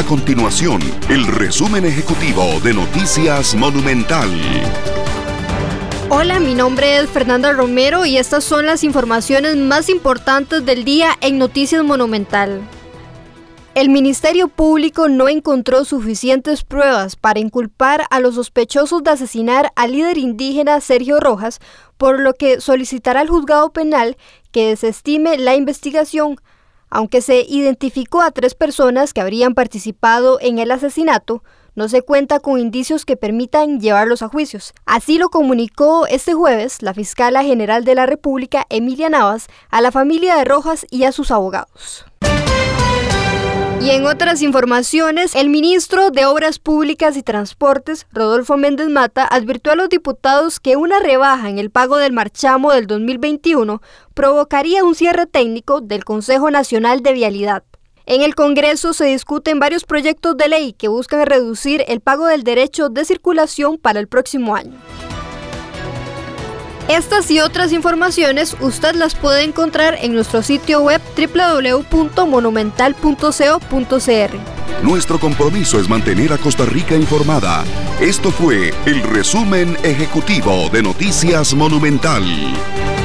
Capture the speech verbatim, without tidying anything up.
continuación el resumen ejecutivo de Noticias Monumental. Hola, mi nombre es Fernanda Romero y estas son las informaciones más importantes del día en Noticias Monumental. El Ministerio Público no encontró suficientes pruebas para inculpar a los sospechosos de asesinar al líder indígena Sergio Rojas, por lo que solicitará al juzgado penal que desestime la investigación. Aunque se identificó a tres personas que habrían participado en el asesinato, no se cuenta con indicios que permitan llevarlos a juicios. Así lo comunicó este jueves la Fiscala General de la República, Emilia Navas, a la familia de Rojas y a sus abogados. Y en otras informaciones, el ministro de Obras Públicas y Transportes, Rodolfo Méndez Mata, advirtió a los diputados que una rebaja en el pago del marchamo del dos mil veintiuno provocaría un cierre técnico del Consejo Nacional de Vialidad. En el Congreso se discuten varios proyectos de ley que buscan reducir el pago del derecho de circulación para el próximo año. Estas y otras informaciones usted las puede encontrar en nuestro sitio web doble u doble u doble u punto monumental punto co punto c r. Nuestro compromiso es mantener a Costa Rica informada. Esto fue el resumen ejecutivo de Noticias Monumental.